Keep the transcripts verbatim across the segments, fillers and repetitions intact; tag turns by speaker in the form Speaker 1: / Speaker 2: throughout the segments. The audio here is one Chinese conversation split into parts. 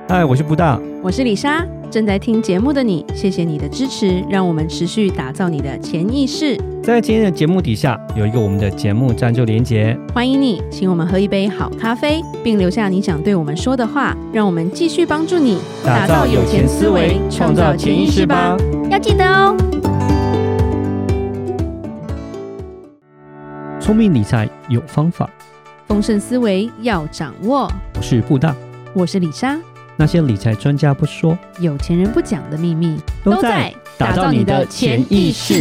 Speaker 1: 嗨，我是布大，
Speaker 2: 我是李莎。正在听节目的你，谢谢你的支持，让我们持续打造你的潜意识。
Speaker 1: 在今天的节目底下有一个我们的节目赞助连结，
Speaker 2: 欢迎你，请我们喝一杯好咖啡，并留下你想对我们说的话，让我们继续帮助你
Speaker 1: 打造有钱思维，创造潜意识吧。
Speaker 2: 要记得哦。
Speaker 1: 聪明理财有方法，
Speaker 2: 丰盛思维要掌握。
Speaker 1: 我是布大，
Speaker 2: 我是李莎。
Speaker 1: 那些理财专家不说，
Speaker 2: 有钱人不讲的秘密，
Speaker 1: 都在打造你的潜意识。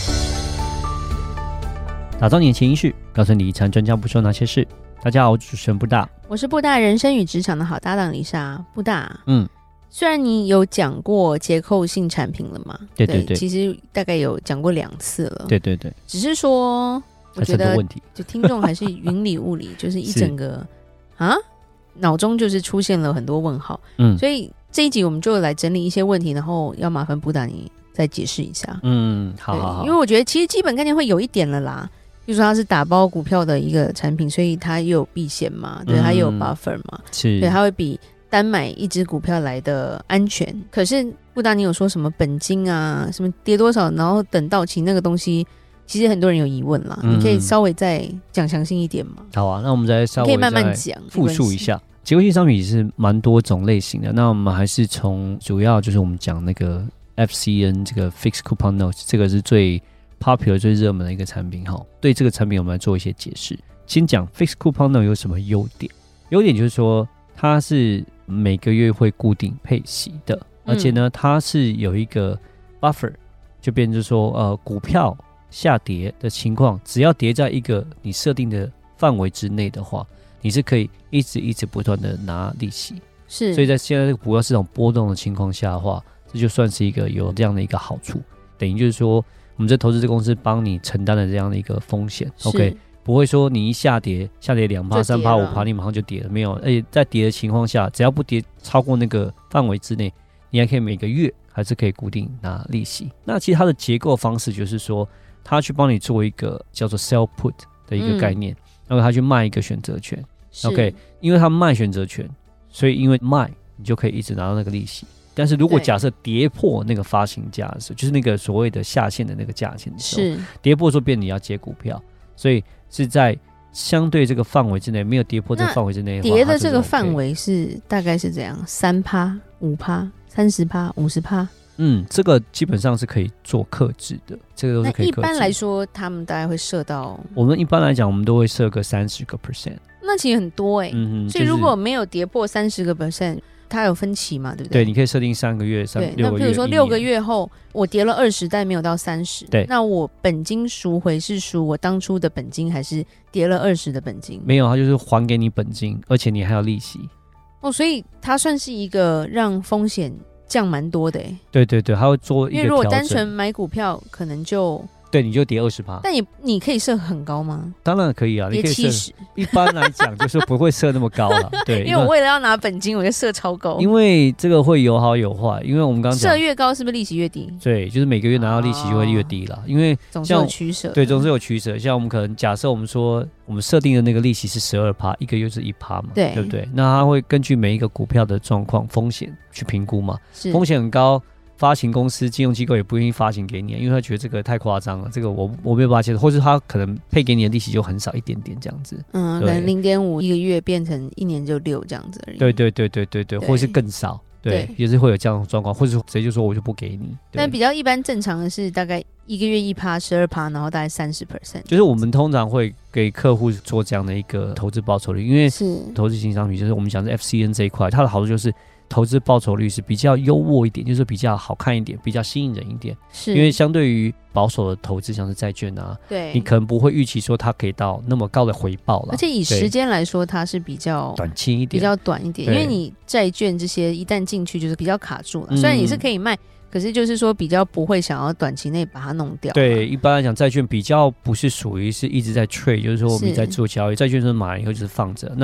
Speaker 1: 打造你的潜意识，告诉你理财专家不说哪些事。大家好，我是主持人布大，
Speaker 2: 我是布大人生与职场的好搭档李莎。布大，
Speaker 1: 嗯，
Speaker 2: 虽然你有讲过结构性产品了嘛，
Speaker 1: 对对对，
Speaker 2: 其实大概有讲过两次了，
Speaker 1: 对对对，
Speaker 2: 只是说我觉得就听众还是云里雾里，就是一整个啊，脑中就是出现了很多问号，嗯，所以这一集我们就来整理一些问题，然后要麻烦布达你再解释一下。
Speaker 1: 嗯，好好好，
Speaker 2: 因为我觉得其实基本概念会有一点了啦，比如说它是打包股票的一个产品，所以它又有避险嘛，对，它又有 buffer 嘛，
Speaker 1: 是，
Speaker 2: 对，它会比单买一只股票来的安全。可是布达你有说什么本金啊，什么跌多少，然后等到期那个东西。其实很多人有疑问啦，嗯、你可以稍微再讲详细一点吗？
Speaker 1: 好啊，那我们再稍微
Speaker 2: 可以慢慢讲，
Speaker 1: 复述一下。结构性商品是蛮多种类型的，那我们还是从主要就是我们讲那个 F C N 这个 Fixed Coupon Notes， 这个是最 popular 最热门的一个产品哈。对这个产品我们来做一些解释。先讲 Fixed Coupon Note 有什么优点？优点就是说它是每个月会固定配息的，嗯、而且呢它是有一个 buffer， 就变成说呃股票下跌的情况，只要跌在一个你设定的范围之内的话，你是可以一直一直不断的拿利息。
Speaker 2: 是，
Speaker 1: 所以在现在这个股票市场波动的情况下的话，这就算是一个有这样的一个好处。等于就是说，我们这投资这公司帮你承担了这样的一个风险 ，OK， 不会说你一下跌下跌两趴、三趴、五趴，你马上就跌了，没有。而且在跌的情况下，只要不跌超过那个范围之内，你还可以每个月还是可以固定拿利息。那其实它的结构方式就是说，他去帮你做一个叫做 sell put 的一个概念，嗯、然后他去卖一个选择权 ，OK， 因为他卖选择权，所以因为卖你就可以一直拿到那个利息。但是如果假设跌破那个发行价的时候，就是那个所谓的下限的那个价钱的时候，是跌破说变你要接股票，所以是在相对这个范围之内，没有跌破这个范围之内的话，
Speaker 2: 跌的这个范围是大概是怎样？三趴、五趴、三十趴、五十趴。
Speaker 1: 嗯，这个基本上是可以做客制的，这个都是可以客制的。
Speaker 2: 那一般来说，他们大概会设到
Speaker 1: 我们一般来讲，我们都会设个三十个 percent，
Speaker 2: 那其实很多哎、欸。嗯，所以如果没有跌破三十个 percent， 它有分期嘛，对不对？
Speaker 1: 对，你可以设定三个月、三六个月。
Speaker 2: 那比如说六个月后，我跌了二十，但没有到三十，对，那我本金赎回是赎我当初的本金，还是跌了二十的本金？
Speaker 1: 没有，它就是还给你本金，而且你还有利息。
Speaker 2: 哦，所以它算是一个让风险降蛮多的、欸、
Speaker 1: 对对对，他会做一个调整。因为
Speaker 2: 如果单纯买股票，可能就
Speaker 1: 对你就跌 百分之二十。
Speaker 2: 但你你可以设很高吗？
Speaker 1: 当然可以啊，你可以设七十。一般来讲就是不会设那么高了，对，
Speaker 2: 因为我为了要拿本金，我就设超高。
Speaker 1: 因为这个会有好有坏，因为我们刚刚
Speaker 2: 设越高是不是利息越低？
Speaker 1: 对，就是每个月拿到利息就会越低了，哦、因为
Speaker 2: 总是有取舍。
Speaker 1: 对，总是有取舍。像我们可能假设我们说我们设定的那个利息是 百分之十二， 一个月是 百分之一 嘛，对，对不对？那它会根据每一个股票的状况风险去评估嘛，风险很高。发行公司、金融机构也不愿意发行给你，因为他觉得这个太夸张了，这个我我没有办法接受，或是他可能配给你的利息就很少一点点这样子，
Speaker 2: 嗯，可能零点五一个月变成一年就六这样子而已。
Speaker 1: 对对对对对对，或是更少，对，对也是会有这样的状况，或者直接就说我就不给你。
Speaker 2: 但比较一般正常的是大概一个月一趴、十二趴，然后大概三十 percent，
Speaker 1: 就是我们通常会给客户做这样的一个投资报酬率，因为投资型商品就是我们讲的 F C N 这一块，它的好处就是。投资报酬率是比较优渥一点，就是比较好看一点，比较吸引人一点。是，因为相对于保守的投资，像是债券啊，对，你可能不会预期说它可以到那么高的回报了。
Speaker 2: 而且以时间来说，它是比较
Speaker 1: 短期一点，
Speaker 2: 比较短一点。因为你债券这些一旦进去，就是比较卡住了。嗯、虽然也是可以卖。可是就是说比较不会想要短期内把它弄掉。
Speaker 1: 对，一般来讲债券比较不是属于是一直在 trade， 就是说我们在做交易，债券是买了以后就是放着。那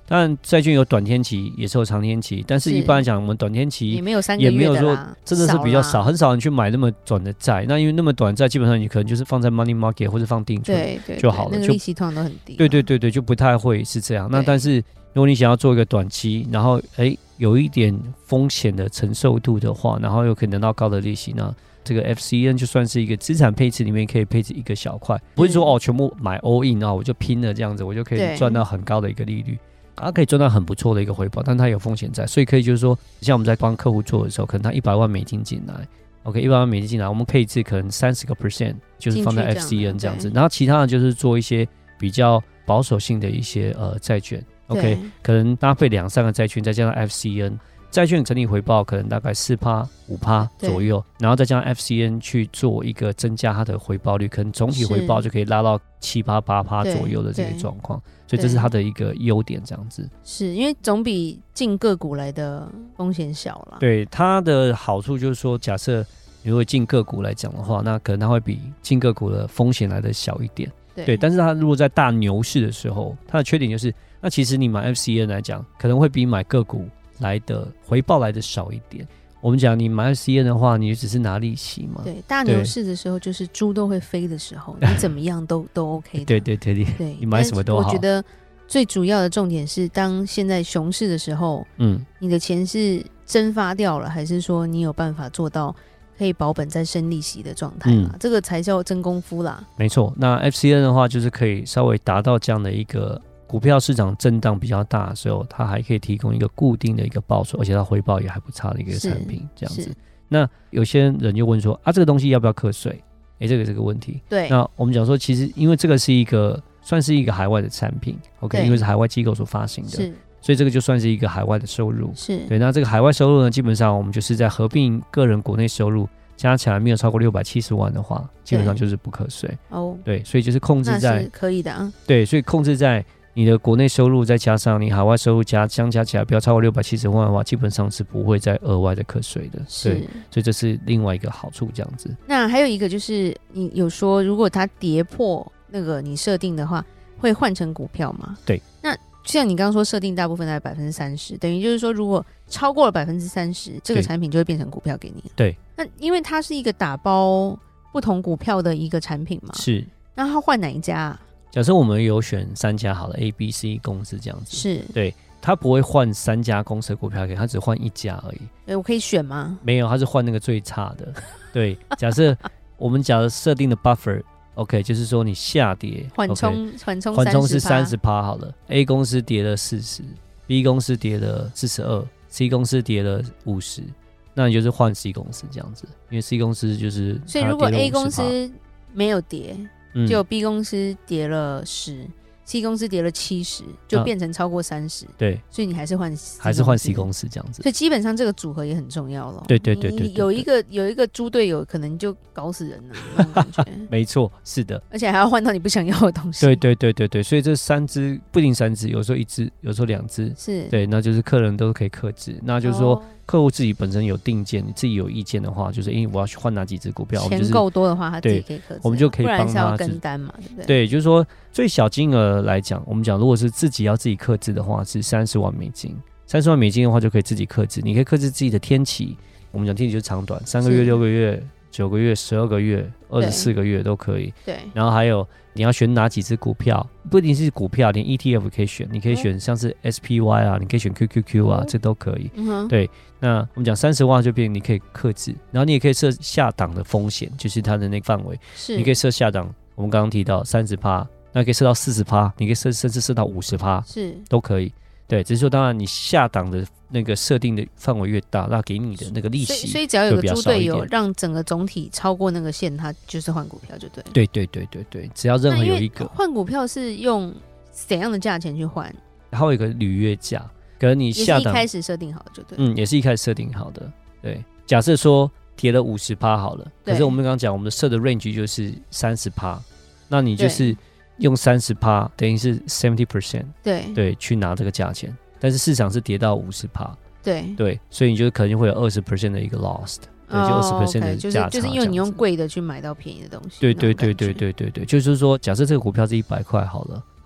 Speaker 1: 当然债券有短天期也是有长天期，但是一般来讲我们短天期
Speaker 2: 也没有三个月的啦，也没有说
Speaker 1: 真的是比较少，很少人去买那么短的债。那因为那么短的债基本上你可能就是放在 money market 或者放定存就好了，
Speaker 2: 那个利息通常都很低。
Speaker 1: 对对对对，就不太会是这样。那但是如果你想要做一个短期，然后哎有一点风险的承受度的话，然后又可以拿到高的利息呢，这个 F C N 就算是一个资产配置里面可以配置一个小块，不是说哦全部买 all in 啊，我就拼了这样子，我就可以赚到很高的一个利率。它可以赚到很不错的一个回报，但它有风险在，所以可以就是说，像我们在帮客户做的时候，可能他一百万美金进来 ，OK， 一百万美金进来，我们配置可能三十个 percent 就是放在 F C N 这样子，然后其他的就是做一些比较保守性的一些呃债券 ，OK， 可能搭配两三个债券，再加上 F C N。债券整体回报可能大概 百分之四、百分之五 左右，然后再加上 F C N 去做一个增加它的回报率，可能总体回报就可以拉到七、八、八左右的这个状况，所以这是它的一个优点，这样子。
Speaker 2: 是因为总比进个股来的风险小啦。
Speaker 1: 对，它的好处就是说，假设如果进个股来讲的话，那可能它会比进个股的风险来的小一点。对，对，但是它如果在大牛市的时候，它的缺点就是，那其实你买 F C N 来讲，可能会比买个股来的回报来的少一点。我们讲你买 F C N 的话，你只是拿利息嘛。
Speaker 2: 对，大牛市的时候就是猪都会飞的时候，你怎么样都都 OK 的。
Speaker 1: 对对对对，你买什么都好。
Speaker 2: 我觉得最主要的重点是，当现在熊市的时候，嗯，你的钱是蒸发掉了，还是说你有办法做到可以保本再生利息的状态啦、嗯、这个才叫真功夫啦。
Speaker 1: 没错，那 F C N 的话，就是可以稍微达到这样的一个。股票市场震荡比较大的时候，它还可以提供一个固定的一个报酬，而且它回报也还不差的一个产品，这样子。那有些人就问说啊，这个东西要不要课税？哎，这个是个问题。
Speaker 2: 对。
Speaker 1: 那我们讲说，其实因为这个是一个算是一个海外的产品 ，OK， 因为是海外机构所发行的，是，所以这个就算是一个海外的收入。
Speaker 2: 是。
Speaker 1: 对，那这个海外收入呢，基本上我们就是在合并个人国内收入加起来没有超过六百七十万的话，基本上就是不课税。哦。对，所以就是控制在
Speaker 2: 那是可以的啊。
Speaker 1: 对，所以控制在。你的国内收入再加上你海外收入加相加起来不要超过六百七十万的话，基本上是不会再额外的课税的。对，所以这是另外一个好处，这样子。
Speaker 2: 那还有一个就是你有说，如果它跌破那个你设定的话，会换成股票吗？
Speaker 1: 对。
Speaker 2: 那像你刚刚说设定大部分在百分之三十，等于就是说，如果超过了百分之三十，这个产品就会变成股票给你。
Speaker 1: 对。
Speaker 2: 那因为它是一个打包不同股票的一个产品嘛，
Speaker 1: 是。
Speaker 2: 那它换哪一家啊？
Speaker 1: 假设我们有选三家好了 ，A、B、C 公司这样子，
Speaker 2: 是
Speaker 1: 对，他不会换三家公司的股票给他，只换一家而已。
Speaker 2: 对，我可以选吗？
Speaker 1: 没有，他是换那个最差的。对，假设我们假设设定的 buffer，OK， 就是说你下跌
Speaker 2: 缓冲，缓冲
Speaker 1: 缓冲是三十趴好了 ，A 公司跌了四十 ，B 公司跌了四十二 ，C 公司跌了五十，那你就是换 C 公司这样子，因为 C 公司就是，
Speaker 2: 所以如果 A 公司没有跌。就 B 公司跌了十 ，C 公司跌了七十，就变成超过三十、啊。
Speaker 1: 对，
Speaker 2: 所以你还是换，
Speaker 1: 还是换 C 公司这样子。
Speaker 2: 所以基本上这个组合也很重要了。
Speaker 1: 对对 对, 对, 对, 对, 对，
Speaker 2: 有一个有一个猪队友，可能就搞死人了那种感觉。
Speaker 1: 没错，是的，
Speaker 2: 而且还要换到你不想要的东西。
Speaker 1: 对对对对对，所以这三只不一定三只，有时候一只，有时候两只。
Speaker 2: 是，
Speaker 1: 对，那就是客人都可以克制，那就是说。哦客户自己本身有定见，你自己有意见的话，就是因为我要去换哪几只股票，
Speaker 2: 钱够多的话，他自己可以克制，
Speaker 1: 我们就可以帮他，
Speaker 2: 不然是要跟单嘛，对不对？
Speaker 1: 对，就是说最小金额来讲，我们讲如果是自己要自己克制的话，是三十万美金，三十万美金的话就可以自己克制，你可以克制自己的天期，我们讲天期就是长短，三个月、六个月、九个月、十二个月、二十四个月都可以。
Speaker 2: 对，
Speaker 1: 然后还有你要选哪几只股票，不一定是股票，连 E T F 可以选，你可以选像是 S P Y 啊，你可以选 Q Q Q 啊，哦、这都可以。嗯、对。那我们讲三十万就变，你可以克制，然后你也可以设下档的风险，就是它的那个范围，
Speaker 2: 是
Speaker 1: 你可以设下档。我们刚刚提到三十趴，那可以设到四十趴，你可以设甚至设到五十趴，
Speaker 2: 是都
Speaker 1: 可以。对，只是说当然你下档的那个设定的范围越大，那给你的那个利息，
Speaker 2: 所以只要有个猪队友让整个总体超过那个线，它就是换股票就对。
Speaker 1: 对对对对对，只要任何有一个
Speaker 2: 换股票是用怎样的价钱去换？
Speaker 1: 它会有一个履约价。可能你下档
Speaker 2: 也是一开始设定好的就对，
Speaker 1: 嗯，也是一开始设定好的。对，假设说跌了五十趴好了，可是我们刚刚讲我们的设的 range 就是三十趴，那你就是用三十趴，等于是 seventy percent，
Speaker 2: 对
Speaker 1: 对，去拿这个价钱，但是市场是跌到五十趴，
Speaker 2: 对
Speaker 1: 对，所以你就可能会有二十 percent 的一个 lost。对，就二十 percent 的价差、
Speaker 2: 哦 okay, 就是，就是因为你用贵的去买到便宜的东西。
Speaker 1: 对对对对对对对，就是说，假设这个股票是一百块好了。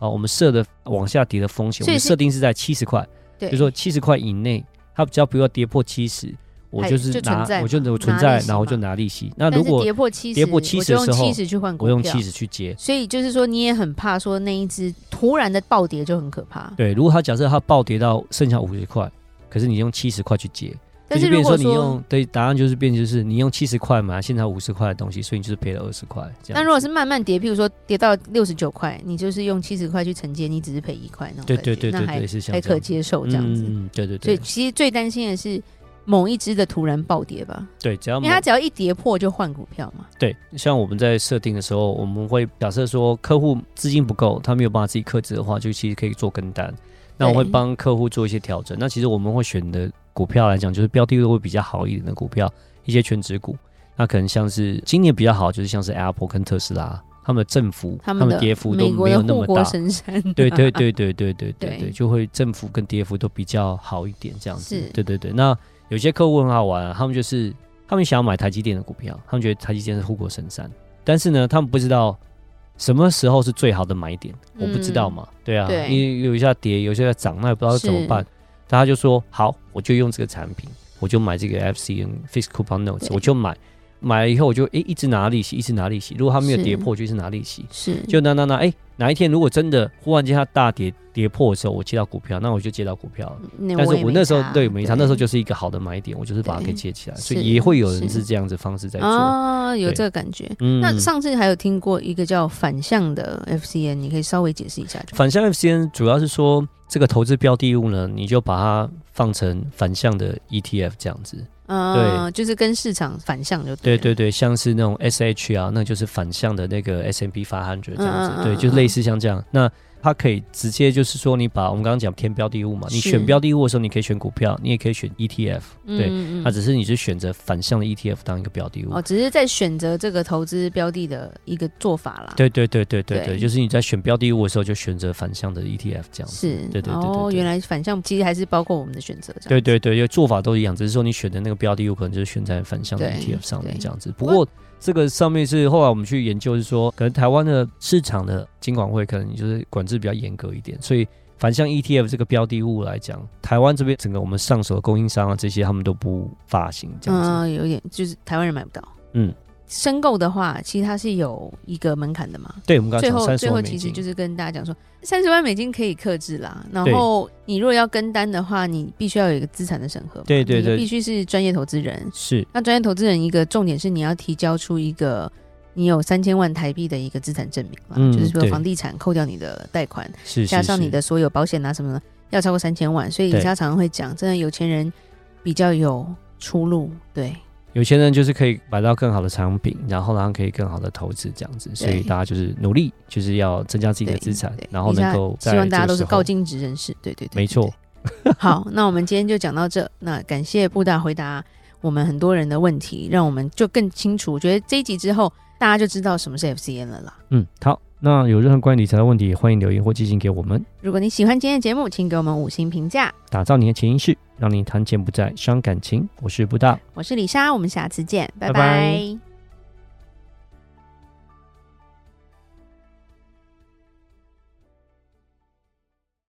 Speaker 1: 啊，我们设的往下跌的风险，我们设定是在七十块，就是说七十块以内，它只要不要跌破七十。我就是拿，我就存在，然后就拿利息。那如果
Speaker 2: 跌破七十，
Speaker 1: 跌破七十的时候，
Speaker 2: 我用七十去换股票，
Speaker 1: 我用七十去接。
Speaker 2: 所以就是说，你也很怕说那一只突然的暴跌就很可怕。
Speaker 1: 对，如果它假设它暴跌到剩下五十块，可是你用七十块去接，
Speaker 2: 但是
Speaker 1: 如果说你用，对，答案就是变就是你用七十块买现在五十块的东西，所以你就是赔了二十块。
Speaker 2: 那如果是慢慢跌，譬如说跌到六十九块，你就是用七十块去承接，你只是赔一块那种感觉，
Speaker 1: 对对对对对，是
Speaker 2: 还可接受这样子。
Speaker 1: 嗯，对对对。
Speaker 2: 所以其实最担心的是某一只的突然暴跌吧？
Speaker 1: 对，只要
Speaker 2: 因为它只要一跌破就换股票嘛。
Speaker 1: 对，像我们在设定的时候，我们会假设说客户资金不够，他没有办法自己克制的话，就其实可以做跟单。那我会帮客户做一些调整。那其实我们会选的股票来讲，就是标的会比较好一点的股票，一些全指股。那可能像是今年比较好，就是像是 Apple 跟特斯拉。他们的振幅、他们的跌幅都没有那么大，对对对对对对对对，就会振幅跟跌幅都比较好一点，这样子。对对对。那有些客户很好玩、啊，他们就是他们想要买台积电的股票，他们觉得台积电是护国神山，但是呢，他们不知道什么时候是最好的买点，我不知道嘛，嗯、对啊，对，因为有一下跌，有一下涨，那也不知道怎么办。大家就说好，我就用这个产品，我就买这个 F C N Fixed Coupon Notes， 我就买。买了以后我就哎、欸、一直拿利息，一直拿利息。如果它没有跌破，就一直拿利息。是，就拿拿拿，哎、欸，哪一天如果真的忽然间它大跌跌破的时候，我接到股票，那我就接到股票了。但是我那时候对没差，那时候就是一个好的买点，我就是把它给接起来。所以也会有人是这样子方式在做
Speaker 2: 啊，有这个感觉。嗯，那上次还有听过一个叫反向的 F C N， 你可以稍微解释一下。
Speaker 1: 反向 F C N 主要是说这个投资标的物呢，你就把它放成反向的 E T F 这样子。
Speaker 2: 嗯，对，就是跟市场反向就对了。
Speaker 1: 对对对，像是那种 S H 啊，那就是反向的那个 S and P 五百这样子，嗯、对，就是类似像这样。那它可以直接就是说，你把我们刚刚讲填标的物嘛，你选标的物的时候，你可以选股票，你也可以选 E T F，、嗯、对，那、嗯、只是你是选择反向的 E T F 当一个标的物。
Speaker 2: 哦，只是在选择这个投资标的的一个做法啦。
Speaker 1: 对对对对对 对, 对，就是你在选标的物的时候，就选择反向的 E T F 这样子。
Speaker 2: 是，
Speaker 1: 对对 对, 对, 对, 对。
Speaker 2: 哦，原来反向其实还是包括我们的选择。
Speaker 1: 对对对，因为做法都一样，只是说你选的那个标的物可能就是选在反向的 E T F 上面这样子。不过这个上面是后来我们去研究，是说可能台湾的市场的金管会可能就是管制比较严格一点，所以反向 E T F 这个标的物来讲，台湾这边整个我们上手的供应商啊这些他们都不发行这样子。
Speaker 2: 嗯，有点就是台湾人买不到。
Speaker 1: 嗯。
Speaker 2: 申购的话，其实它是有一个门槛的嘛。
Speaker 1: 对，我们刚才讲
Speaker 2: 三十万美金。最后其实就是跟大家讲说，三十万美金可以克制啦。然后你如果要跟单的话，你必须要有一个资产的审核嘛。
Speaker 1: 对对对，
Speaker 2: 你必须是专业投资人。
Speaker 1: 是。
Speaker 2: 那专业投资人一个重点是你要提交出一个你有三千万台币的一个资产证明嘛，嗯、就是说房地产扣掉你的贷款，
Speaker 1: 是
Speaker 2: 加上你的所有保险啊什么的，要超过三千万。所以人家常常会讲，真的有钱人比较有出路，对。
Speaker 1: 有钱人就是可以买到更好的产品，然后然后可以更好的投资这样子，所以大家就是努力，就是要增加自己的资产，然后能够在
Speaker 2: 希望大家都是高净值人士，对对 对, 对, 对，
Speaker 1: 没错。
Speaker 2: 好，那我们今天就讲到这，那感谢布大回答我们很多人的问题，让我们就更清楚。我觉得这一集之后，大家就知道什么是 F C N 了啦。
Speaker 1: 嗯，好。那有任何关于理财的问题，欢迎留言或寄信给我们。
Speaker 2: 如果你喜欢今天的节目，请给我们五星评价。
Speaker 1: 打造你的潜意识，让你谈钱不再伤感情。我是布大，
Speaker 2: 我是李莎，我们下次见，拜拜。
Speaker 1: 拜拜。